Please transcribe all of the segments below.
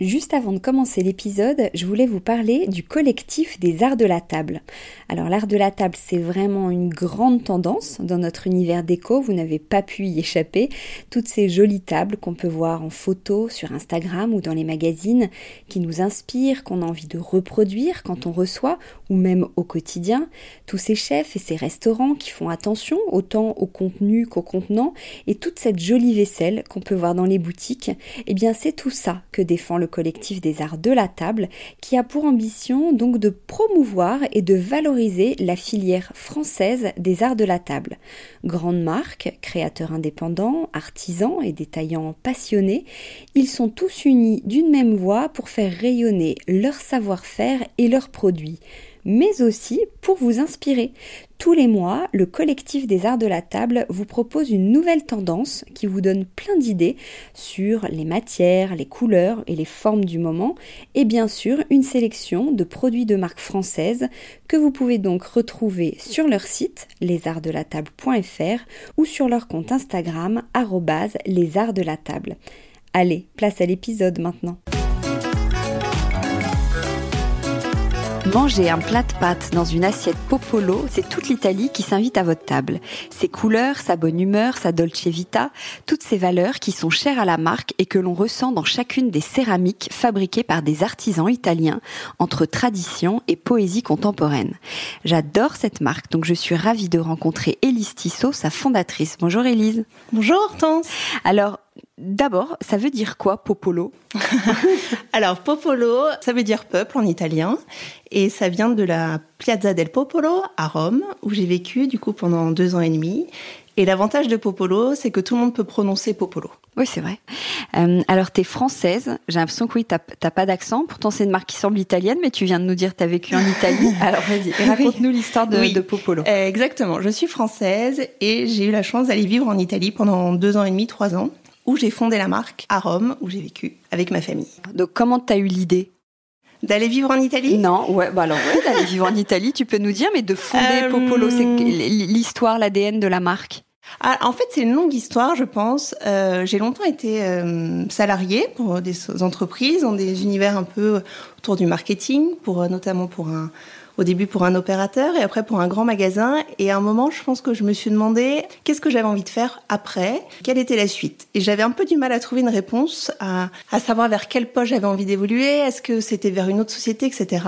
Juste avant de commencer l'épisode, je voulais vous parler du collectif des arts de la table. Alors l'art de la table, c'est vraiment une grande tendance dans notre univers déco, vous n'avez pas pu y échapper. Toutes ces jolies tables qu'on peut voir en photo sur Instagram ou dans les magazines, qui nous inspirent, qu'on a envie de reproduire quand on reçoit, ou même au quotidien. Tous ces chefs et ces restaurants qui font attention autant au contenu qu'au contenant, et toute cette jolie vaisselle qu'on peut voir dans les boutiques, eh bien c'est tout ça que défend le collectif des arts de la table, qui a pour ambition donc de promouvoir et de valoriser la filière française des arts de la table. Grandes marques, créateurs indépendants, artisans et détaillants passionnés, ils sont tous unis d'une même voix pour faire rayonner leur savoir-faire et leurs produits, mais aussi pour vous inspirer. Tous les mois, le collectif des arts de la table vous propose une nouvelle tendance qui vous donne plein d'idées sur les matières, les couleurs et les formes du moment, et bien sûr une sélection de produits de marque française que vous pouvez donc retrouver sur leur site lesartsdelatable.fr ou sur leur compte Instagram @lesartsdelatable. Allez, place à l'épisode maintenant. Manger un plat de pâtes dans une assiette Popolo, c'est toute l'Italie qui s'invite à votre table. Ses couleurs, sa bonne humeur, sa dolce vita, toutes ces valeurs qui sont chères à la marque et que l'on ressent dans chacune des céramiques fabriquées par des artisans italiens entre tradition et poésie contemporaine. J'adore cette marque, donc je suis ravie de rencontrer Élise Tissot, sa fondatrice. Bonjour Élise. Bonjour Hortense. Alors, d'abord, ça veut dire quoi, Popolo ? Alors, Popolo, ça veut dire peuple en italien. Et ça vient de la Piazza del Popolo à Rome, où j'ai vécu du coup pendant 2 ans et demi. Et l'avantage de Popolo, c'est que tout le monde peut prononcer Popolo. Oui, c'est vrai. Alors, t'es française. J'ai l'impression que oui, t'as pas d'accent. Pourtant, c'est une marque qui semble italienne, mais tu viens de nous dire que t'as vécu en Italie. Alors, vas-y, raconte-nous l'histoire de Popolo. Exactement. Je suis française et j'ai eu la chance d'aller vivre en Italie pendant 2 ans et demi, 3 ans, où j'ai fondé la marque à Rome, où j'ai vécu avec ma famille. Donc, comment t'as eu l'idée ? D'aller vivre en Italie ? Non, d'aller vivre en Italie, tu peux nous dire, mais de fonder Popolo, c'est l'histoire, l'ADN de la marque. Ah, en fait, c'est une longue histoire, je pense. J'ai longtemps été salariée pour des entreprises, dans des univers un peu autour du marketing, notamment au début pour un opérateur et après pour un grand magasin. Et à un moment, je pense que je me suis demandé qu'est-ce que j'avais envie de faire après, quelle était la suite. Et j'avais un peu du mal à trouver une réponse, à savoir vers quel poste j'avais envie d'évoluer, est-ce que c'était vers une autre société, etc.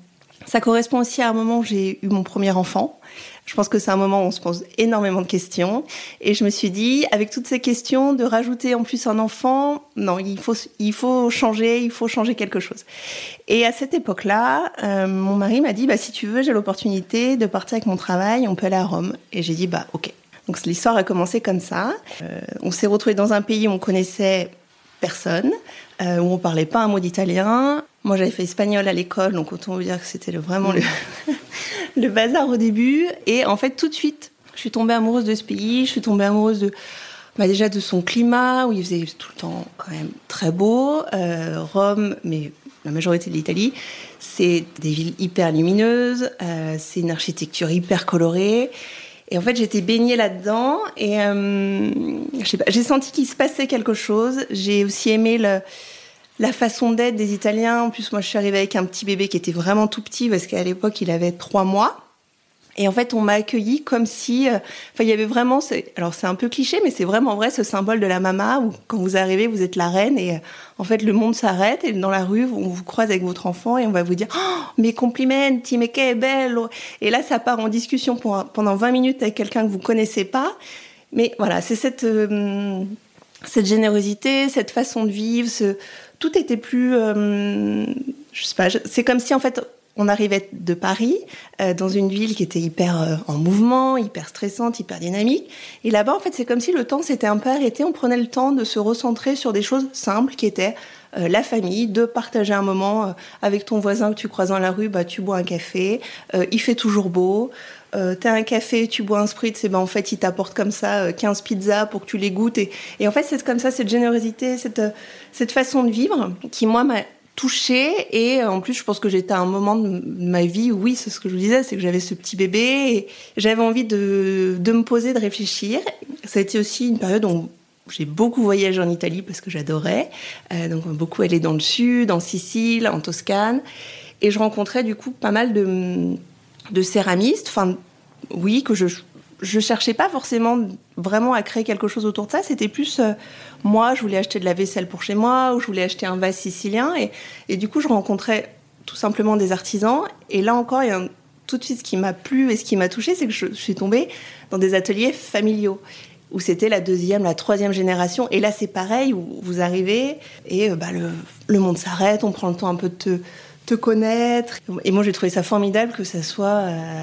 Ça correspond aussi à un moment où j'ai eu mon premier enfant. Je pense que c'est un moment où on se pose énormément de questions. Et je me suis dit, avec toutes ces questions, de rajouter en plus un enfant, non, il faut changer quelque chose. Et à cette époque-là, mon mari m'a dit, si tu veux, j'ai l'opportunité de partir avec mon travail, on peut aller à Rome. Et j'ai dit, ok. Donc l'histoire a commencé comme ça. On s'est retrouvés dans un pays où on connaissait personne, où on parlait pas un mot d'italien. Moi, j'avais fait espagnol à l'école, donc autant vous dire que c'était vraiment le bazar au début. Et en fait, tout de suite, je suis tombée amoureuse de ce pays. Je suis tombée amoureuse déjà de son climat, où il faisait tout le temps quand même très beau. Rome, mais la majorité de l'Italie, c'est des villes hyper lumineuses. C'est une architecture hyper colorée. Et en fait, j'étais baignée là-dedans et j'ai senti qu'il se passait quelque chose. J'ai aussi aimé la façon d'être des Italiens. En plus, moi, je suis arrivée avec un petit bébé qui était vraiment tout petit parce qu'à l'époque, il avait 3 mois. Et en fait, on m'a accueillie comme si... il y avait vraiment... Alors, c'est un peu cliché, mais c'est vraiment vrai, ce symbole de la mama où quand vous arrivez, vous êtes la reine et en fait, le monde s'arrête et dans la rue, on vous croise avec votre enfant et on va vous dire « Oh, mes complimenti, mais che bello !» Et là, ça part en discussion pendant 20 minutes avec quelqu'un que vous connaissez pas. Mais voilà, c'est cette générosité, cette façon de vivre, tout était plus... je sais pas, c'est comme si, en fait... On arrivait de Paris, dans une ville qui était hyper en mouvement, hyper stressante, hyper dynamique. Et là-bas, en fait, c'est comme si le temps s'était un peu arrêté. On prenait le temps de se recentrer sur des choses simples qui étaient la famille, de partager un moment avec ton voisin que tu croises dans la rue, tu bois un café, il fait toujours beau. T'as un café, tu bois un spritz, et en fait, il t'apporte comme ça 15 pizzas pour que tu les goûtes. Et en fait, c'est comme ça, cette générosité, cette façon de vivre qui, moi, m'a touchée. Et en plus, je pense que j'étais à un moment de ma vie où, oui, c'est ce que je vous disais, c'est que j'avais ce petit bébé et j'avais envie de me poser, de réfléchir. Ça a été aussi une période où j'ai beaucoup voyagé en Italie parce que j'adorais. Donc beaucoup allé dans le sud, en Sicile, en Toscane. Et je rencontrais du coup pas mal de céramistes. Enfin, oui, que je cherchais pas forcément vraiment à créer quelque chose autour de ça. C'était plus, moi, je voulais acheter de la vaisselle pour chez moi, ou je voulais acheter un vase sicilien. Et du coup, je rencontrais tout simplement des artisans. Et là encore, il y a tout de suite ce qui m'a plu et ce qui m'a touchée, c'est que je suis tombée dans des ateliers familiaux, où c'était la 2e, la 3e génération. Et là, c'est pareil, où vous arrivez et le monde s'arrête, on prend le temps un peu de te connaître. Et moi, j'ai trouvé ça formidable que ça soit...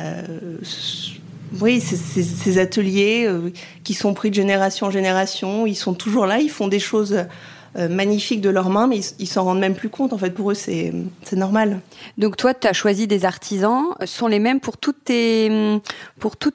ces ateliers qui sont pris de génération en génération, ils sont toujours là, ils font des choses magnifiques de leurs mains, mais ils s'en rendent même plus compte. En fait, pour eux, c'est normal. Donc toi, tu as choisi des artisans, sont les mêmes pour toutes tes céramiques ?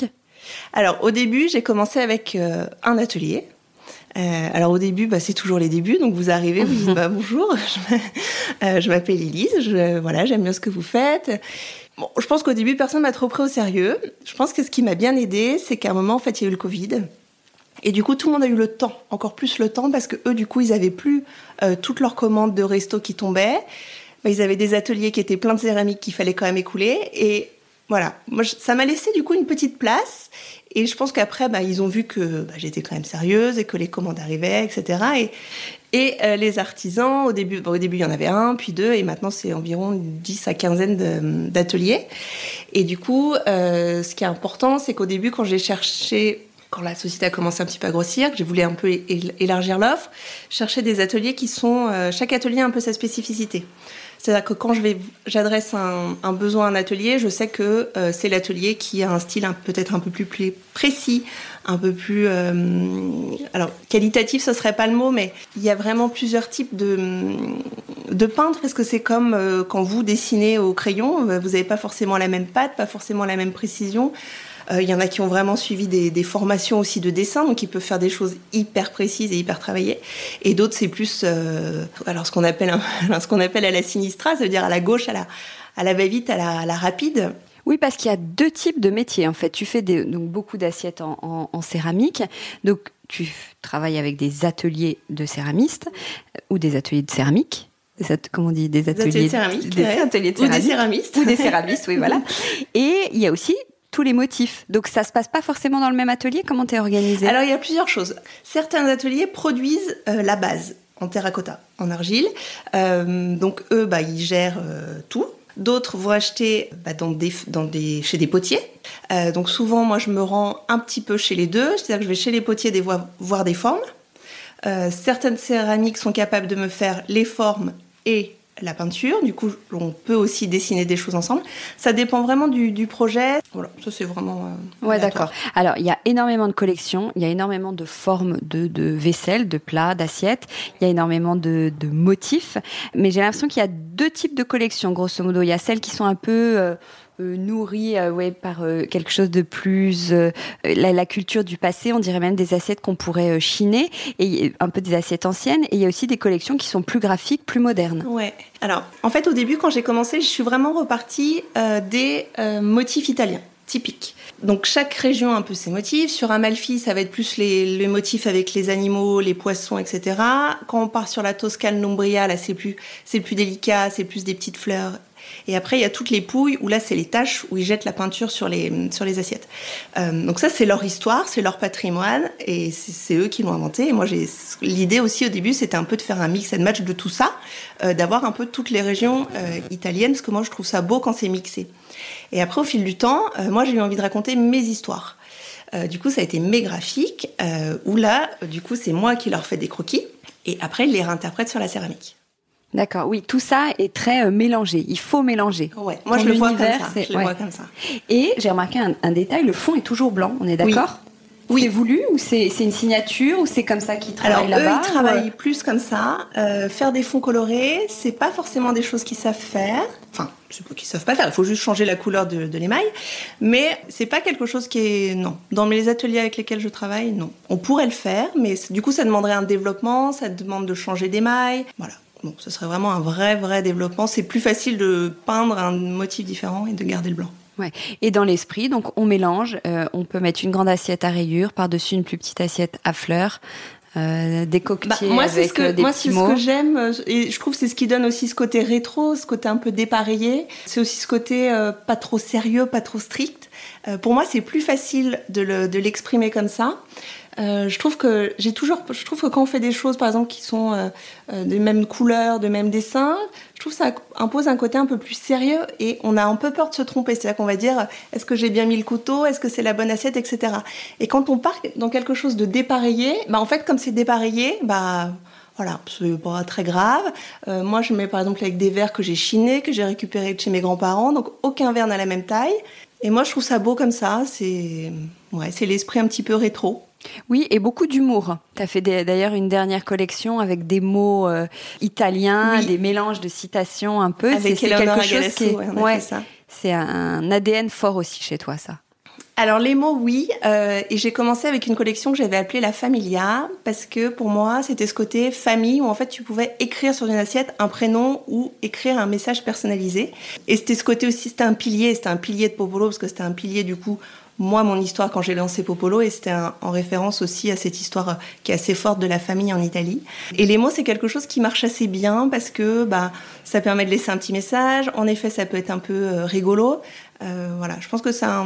Alors, au début, j'ai commencé avec un atelier. Alors au début, c'est toujours les débuts, donc vous arrivez, vous dites bonjour, je m'appelle Élise, j'aime bien ce que vous faites. Bon, je pense qu'au début, personne m'a trop pris au sérieux. Je pense que ce qui m'a bien aidée, c'est qu'à un moment, en fait, il y a eu le Covid. Et du coup, tout le monde a eu le temps, encore plus le temps, parce que eux, du coup, ils avaient plus toutes leurs commandes de resto qui tombaient. Ils avaient des ateliers qui étaient pleins de céramique qu'il fallait quand même écouler. Et voilà, moi, ça m'a laissé du coup une petite place. Et je pense qu'après, ils ont vu que j'étais quand même sérieuse et que les commandes arrivaient, etc. Et les artisans, au début, il y en avait 1, puis 2, et maintenant, c'est environ 10 à 15 d'ateliers. Et du coup, ce qui est important, c'est qu'au début, quand la société a commencé un petit peu à grossir, que j'ai voulu un peu élargir l'offre, chercher des ateliers qui sont... chaque atelier a un peu sa spécificité. C'est-à-dire que quand j'adresse un besoin à un atelier, je sais que c'est l'atelier qui a un style peut-être un peu plus précis, un peu plus... alors, qualitatif, ce serait pas le mot, mais il y a vraiment plusieurs types de peintres, parce que c'est comme quand vous dessinez au crayon, vous n'avez pas forcément la même patte, pas forcément la même précision. Il y en a qui ont vraiment suivi des formations aussi de dessin, donc ils peuvent faire des choses hyper précises et hyper travaillées. Et d'autres, c'est plus ce qu'on appelle à la sinistra, ça veut dire à la gauche, à la va-vite, à la rapide. Oui, parce qu'il y a 2 types de métiers. En fait, tu fais donc beaucoup d'assiettes en céramique. Donc, tu travailles avec des ateliers de céramistes ou des ateliers de céramique. Comment on dit, des ateliers de céramique, des ateliers de céramique, ou des céramistes. Ou des céramistes, oui, voilà. Et il y a aussi tous les motifs. Donc, ça se passe pas forcément dans le même atelier. Comment t'es organisée ? Alors, il y a plusieurs choses. Certains ateliers produisent la base en terracotta, en argile. Donc, eux, ils gèrent tout. D'autres vont acheter chez des potiers. Donc, souvent, moi, je me rends un petit peu chez les deux. C'est-à-dire que je vais chez les potiers voir des formes. Certaines céramiques sont capables de me faire les formes et la peinture. Du coup, on peut aussi dessiner des choses ensemble. Ça dépend vraiment du projet. Voilà, ça c'est vraiment ouais, d'accord. Alors, il y a énormément de collections, il y a énormément de formes de vaisselle, de plats, d'assiettes, il y a énormément de motifs, mais j'ai l'impression qu'il y a 2 types de collections, grosso modo. Il y a celles qui sont un peu... nourries par quelque chose de plus la culture du passé, on dirait même des assiettes qu'on pourrait chiner, et un peu des assiettes anciennes, et il y a aussi des collections qui sont plus graphiques, plus modernes. Ouais. Alors, en fait, au début, quand j'ai commencé, je suis vraiment repartie des motifs italiens, typiques. Donc, chaque région a un peu ses motifs. Sur Amalfi, ça va être plus les motifs avec les animaux, les poissons, etc. Quand on part sur la Toscane, l'Umbria, là, c'est plus délicat, c'est plus des petites fleurs. Et après, il y a toutes les pouilles où là, c'est les taches où ils jettent la peinture sur les assiettes. Donc ça, c'est leur histoire, c'est leur patrimoine et c'est eux qui l'ont inventé. Et moi, l'idée aussi au début, c'était un peu de faire un mix and match de tout ça, d'avoir un peu toutes les régions italiennes, parce que moi, je trouve ça beau quand c'est mixé. Et après, au fil du temps, moi, j'ai eu envie de raconter mes histoires. Du coup, ça a été mes graphiques, où là, du coup, c'est moi qui leur fais des croquis et après, ils les réinterprètent sur la céramique. D'accord, oui, tout ça est très mélangé. Il faut mélanger. Ouais, moi je le vois comme ça. Et j'ai remarqué un détail, le fond est toujours blanc, on est d'accord ? Oui. C'est voulu ou c'est une signature ou c'est comme ça qu'ils travaillent là-bas ? Alors eux, ils travaillent plus comme ça. Faire des fonds colorés, c'est pas forcément des choses qu'ils savent faire. Enfin, c'est pas qu'ils savent pas faire, il faut juste changer la couleur de l'émail. Mais c'est pas quelque chose qui est... Non. Dans les ateliers avec lesquels je travaille, non. On pourrait le faire, mais du coup, ça demanderait un développement, ça demande de changer d'émail. Voilà. Bon, ce serait vraiment un vrai développement. C'est plus facile de peindre un motif différent et de garder le blanc. Ouais. Et dans l'esprit, donc on mélange, on peut mettre une grande assiette à rayures, par-dessus une plus petite assiette à fleurs, des coquetiers avec des petits mots. Moi, c'est ce que j'aime, et je trouve que c'est ce qui donne aussi ce côté rétro, ce côté un peu dépareillé. C'est aussi ce côté pas trop sérieux, pas trop strict. Pour moi, c'est plus facile de l'exprimer comme ça. Je trouve que quand on fait des choses, par exemple, qui sont des mêmes couleurs, de mêmes dessins, je trouve que ça impose un côté un peu plus sérieux et on a un peu peur de se tromper. C'est-à-dire qu'on va dire, est-ce que j'ai bien mis le couteau, est-ce que c'est la bonne assiette, etc. Et quand on part dans quelque chose de dépareillé, en fait, comme c'est dépareillé, voilà, c'est pas très grave. Moi, je mets par exemple avec des verres que j'ai chinés, que j'ai récupérés de chez mes grands-parents, donc aucun verre n'a la même taille. Et moi, je trouve ça beau comme ça. C'est l'esprit un petit peu rétro. Oui, et beaucoup d'humour. Tu as fait d'ailleurs une dernière collection avec des mots italiens, des mélanges de citations un peu. Avec Eleonora Galasso, c'est un ADN fort aussi chez toi, ça. Alors les mots, oui. Et j'ai commencé avec une collection que j'avais appelée La Familia, parce que pour moi, c'était ce côté famille où en fait tu pouvais écrire sur une assiette un prénom ou écrire un message personnalisé. Et c'était ce côté aussi, c'était un pilier de Popolo, parce que c'était un pilier du coup. Moi, mon histoire quand j'ai lancé Popolo, et c'était en référence aussi à cette histoire qui est assez forte de la famille en Italie. Et les mots, c'est quelque chose qui marche assez bien parce que ça permet de laisser un petit message. En effet, ça peut être un peu rigolo. Voilà, je pense que c'est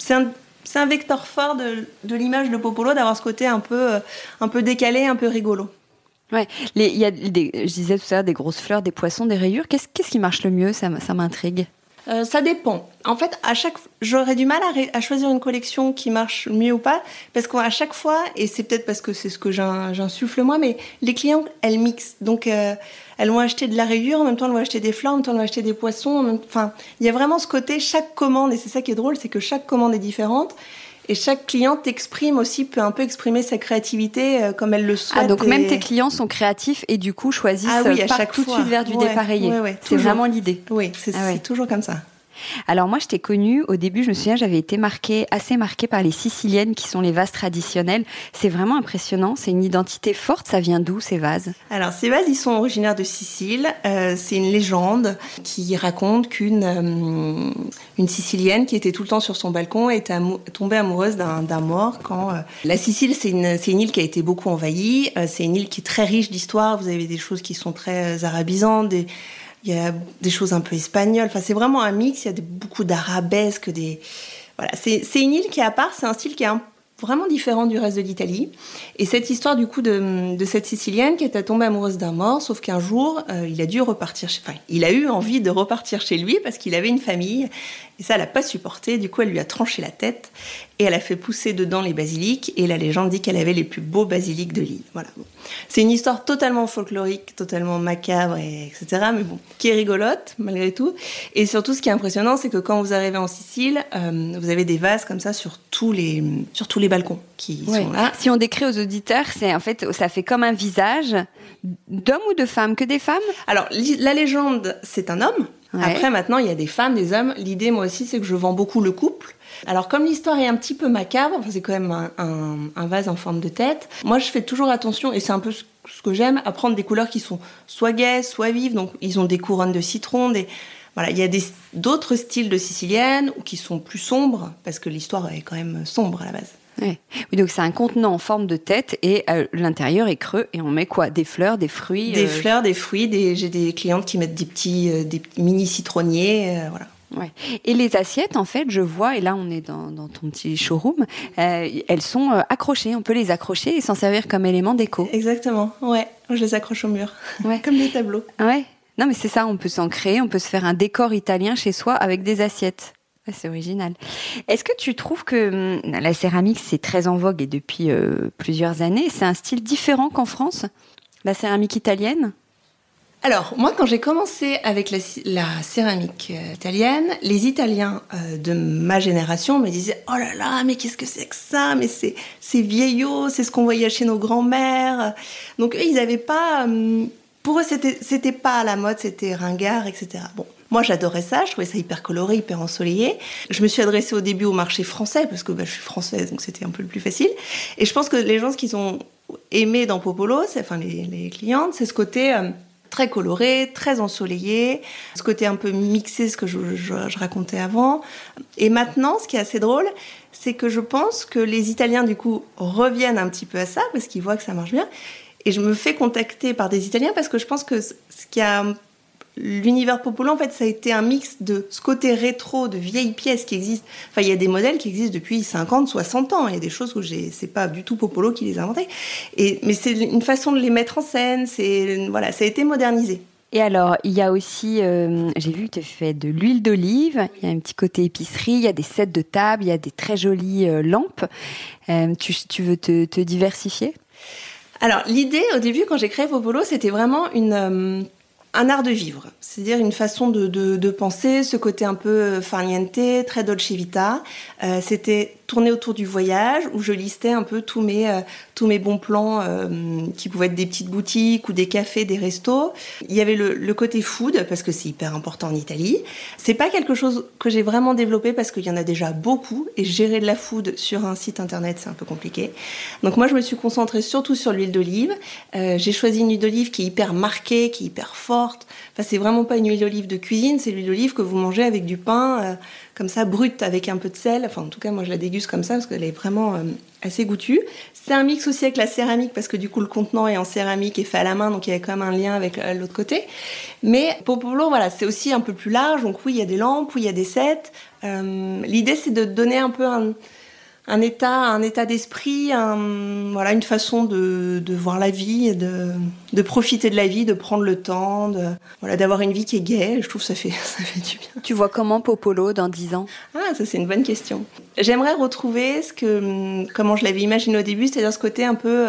un vecteur fort de l'image de Popolo d'avoir ce côté un peu décalé, un peu rigolo. Ouais, il y a je disais tout à l'heure, des grosses fleurs, des poissons, des rayures. Qu'est-ce qui marche le mieux ? Ça m'intrigue. Ça dépend. En fait, j'aurais du mal à choisir une collection qui marche mieux ou pas, parce qu'à chaque fois, et c'est peut-être parce que c'est ce que j'insuffle moi, mais les clients, elles mixent. Donc, elles vont acheter de la rayure, en même temps, elles vont acheter des fleurs, en même temps, elles vont acheter des poissons. Enfin, il y a vraiment ce côté, chaque commande, et c'est ça qui est drôle, c'est que chaque commande est différente. Et chaque cliente peut un peu exprimer sa créativité comme elle le souhaite. Ah, donc même tes clients sont créatifs et du coup choisissent tout de suite vers du dépareillé. C'est vraiment l'idée. Oui, c'est toujours comme ça. Alors moi, je t'ai connue, au début, je me souviens, j'avais été assez marquée par les siciliennes qui sont les vases traditionnels. C'est vraiment impressionnant, c'est une identité forte. Ça vient d'où, ces vases ? Alors, ces vases, ils sont originaires de Sicile. C'est une légende qui raconte qu'une Sicilienne qui était tout le temps sur son balcon est tombée amoureuse d'un mort quand... La Sicile, c'est une île qui a été beaucoup envahie. C'est une île qui est très riche d'histoire. Vous avez des choses qui sont très arabisantes, il y a des choses un peu espagnoles. Enfin, c'est vraiment un mix. Il y a beaucoup d'arabesques. Voilà. C'est une île qui est à part. C'est un style qui est vraiment différent du reste de l'Italie. Et cette histoire, du coup, de cette Sicilienne qui était tombée amoureuse d'un mort, sauf qu'un jour, il a eu envie de repartir chez lui parce qu'il avait une famille. Et ça, elle n'a pas supporté. Du coup, elle lui a tranché la tête et elle a fait pousser dedans les basiliques. Et la légende dit qu'elle avait les plus beaux basiliques de l'île. Voilà. C'est une histoire totalement folklorique, totalement macabre, etc. Mais bon, qui est rigolote, malgré tout. Et surtout, ce qui est impressionnant, c'est que quand vous arrivez en Sicile, vous avez des vases comme ça sur tous les balcons qui sont là. Si on décrit aux auditeurs, ça fait comme un visage d'homme ou de femme, que des femmes ? Alors, la légende, c'est un homme. Ouais. Après, maintenant, il y a des femmes, des hommes. L'idée, moi aussi, c'est que je vends beaucoup le couple. Alors, comme l'histoire est un petit peu macabre, c'est quand même un vase en forme de tête, moi, je fais toujours attention, et c'est un peu ce que j'aime, à prendre des couleurs qui sont soit gaies, soit vives. Donc, ils ont des couronnes de citron, Voilà, il y a d'autres styles de siciliennes qui sont plus sombres, parce que l'histoire est quand même sombre à la base. Oui, donc c'est un contenant en forme de tête et l'intérieur est creux et on met quoi ? Des fleurs, des fruits Des fleurs, des fruits, j'ai des clientes qui mettent des petits mini citronniers, voilà. Ouais. Et les assiettes, en fait, je vois, et là on est dans ton petit showroom, elles sont accrochées, on peut les accrocher et s'en servir comme élément déco. Exactement, ouais, je les accroche au mur, comme des tableaux. Ouais, non mais c'est ça, on peut s'en créer, on peut se faire un décor italien chez soi avec des assiettes. C'est original. Est-ce que tu trouves que la céramique, c'est très en vogue et depuis plusieurs années, c'est un style différent qu'en France, la céramique italienne ? Alors, moi, quand j'ai commencé avec la céramique italienne, les Italiens de ma génération me disaient « Oh là là, mais qu'est-ce que c'est que ça ? Mais c'est vieillot, c'est ce qu'on voyait chez nos grands-mères. » Donc, eux, ils n'avaient pas... pour eux, c'était pas à la mode, c'était ringard, etc. Bon. Moi, j'adorais ça, je trouvais ça hyper coloré, hyper ensoleillé. Je me suis adressée au début au marché français, parce que je suis française, donc c'était un peu le plus facile. Et je pense que les gens, ce qu'ils ont aimé dans Popolo, les clientes, c'est ce côté très coloré, très ensoleillé, ce côté un peu mixé, ce que je racontais avant. Et maintenant, ce qui est assez drôle, c'est que je pense que les Italiens, du coup, reviennent un petit peu à ça, parce qu'ils voient que ça marche bien. Et je me fais contacter par des Italiens, parce que je pense que ce qui a... L'univers Popolo, en fait, ça a été un mix de ce côté rétro, de vieilles pièces qui existent. Enfin, il y a des modèles qui existent depuis 50, 60 ans. Il y a des choses où c'est pas du tout Popolo qui les a inventés. Mais c'est une façon de les mettre en scène. Voilà, ça a été modernisé. Et alors, il y a aussi, j'ai vu que tu fais de l'huile d'olive, il y a un petit côté épicerie, il y a des sets de table, il y a des très jolies lampes. Tu veux te diversifier ? Alors, l'idée, au début, quand j'ai créé Popolo, c'était vraiment un art de vivre, c'est-à-dire une façon de penser, ce côté un peu farniente, très dolce vita. C'était tourné autour du voyage, où je listais un peu tous mes bons plans qui pouvaient être des petites boutiques ou des cafés, des restos. Il y avait le côté food, parce que c'est hyper important en Italie. C'est pas quelque chose que j'ai vraiment développé, parce qu'il y en a déjà beaucoup, et gérer de la food sur un site internet, c'est un peu compliqué. Donc moi, je me suis concentrée surtout sur l'huile d'olive. J'ai choisi une huile d'olive qui est hyper marquée, qui est hyper forte. Enfin, c'est vraiment pas une huile d'olive de cuisine, c'est l'huile d'olive que vous mangez avec du pain, comme ça, brute, avec un peu de sel. Enfin, en tout cas, moi, je la déguste comme ça, parce qu'elle est vraiment assez goûtue. C'est un mix aussi avec la céramique, parce que du coup, le contenant est en céramique et fait à la main, donc il y a quand même un lien avec l'autre côté. Mais Popolo, voilà, c'est aussi un peu plus large. Donc oui, il y a des lampes, oui, il y a des sets. L'idée, c'est de donner un peu un état d'esprit, voilà, une façon de voir la vie, de profiter de la vie, de prendre le temps, voilà, d'avoir une vie qui est gaie. Je trouve que ça fait du bien. Tu vois comment Popolo dans 10 ans ? Ah, ça c'est une bonne question. J'aimerais retrouver comment je l'avais imaginé au début, c'est-à-dire ce côté un peu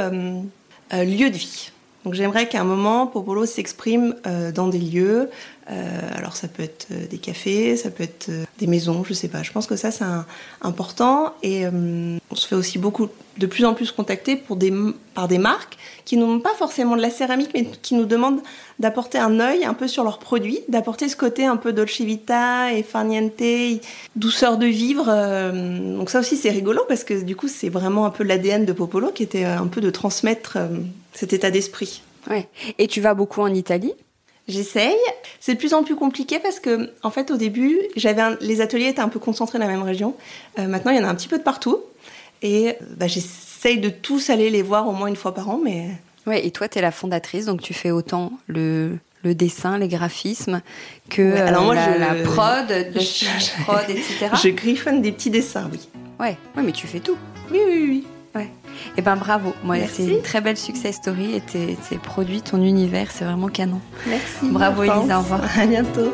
lieu de vie. Donc j'aimerais qu'à un moment, Popolo s'exprime dans des lieux. Alors ça peut être des cafés, ça peut être des maisons, je sais pas. Je pense que ça c'est important. Et on se fait aussi de plus en plus contacter par des marques qui n'ont pas forcément de la céramique, mais qui nous demandent d'apporter un œil un peu sur leurs produits, d'apporter ce côté un peu dolce vita et farniente, douceur de vivre. Donc ça aussi c'est rigolo, parce que du coup c'est vraiment un peu l'ADN de Popolo, qui était un peu de transmettre cet état d'esprit. Ouais. Et tu vas beaucoup en Italie ? J'essaye. C'est de plus en plus compliqué, parce que, en fait, au début, les ateliers étaient un peu concentrés dans la même région. Maintenant, il y en a un petit peu de partout. Et j'essaye de tous aller les voir au moins une fois par an, mais... Ouais, et toi, tu es la fondatrice, donc tu fais autant le dessin, les graphismes, que la prod, prod, etc. Je griffonne des petits dessins, oui. Ouais, mais tu fais tout. Oui. Ouais. Eh ben bravo, moi Merci. C'est une très belle success story, et tes produits, ton univers, c'est vraiment canon. Merci. Bravo Elisa, au revoir. À bientôt.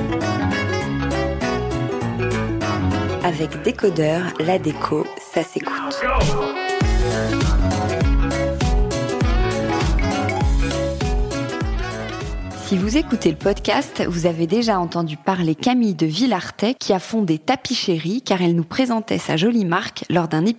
Avec Décodeur, la déco, ça s'écoute. Si vous écoutez le podcast, vous avez déjà entendu parler Camille de Villartay, qui a fondé Tapis Chéri, car elle nous présentait sa jolie marque lors d'un épisode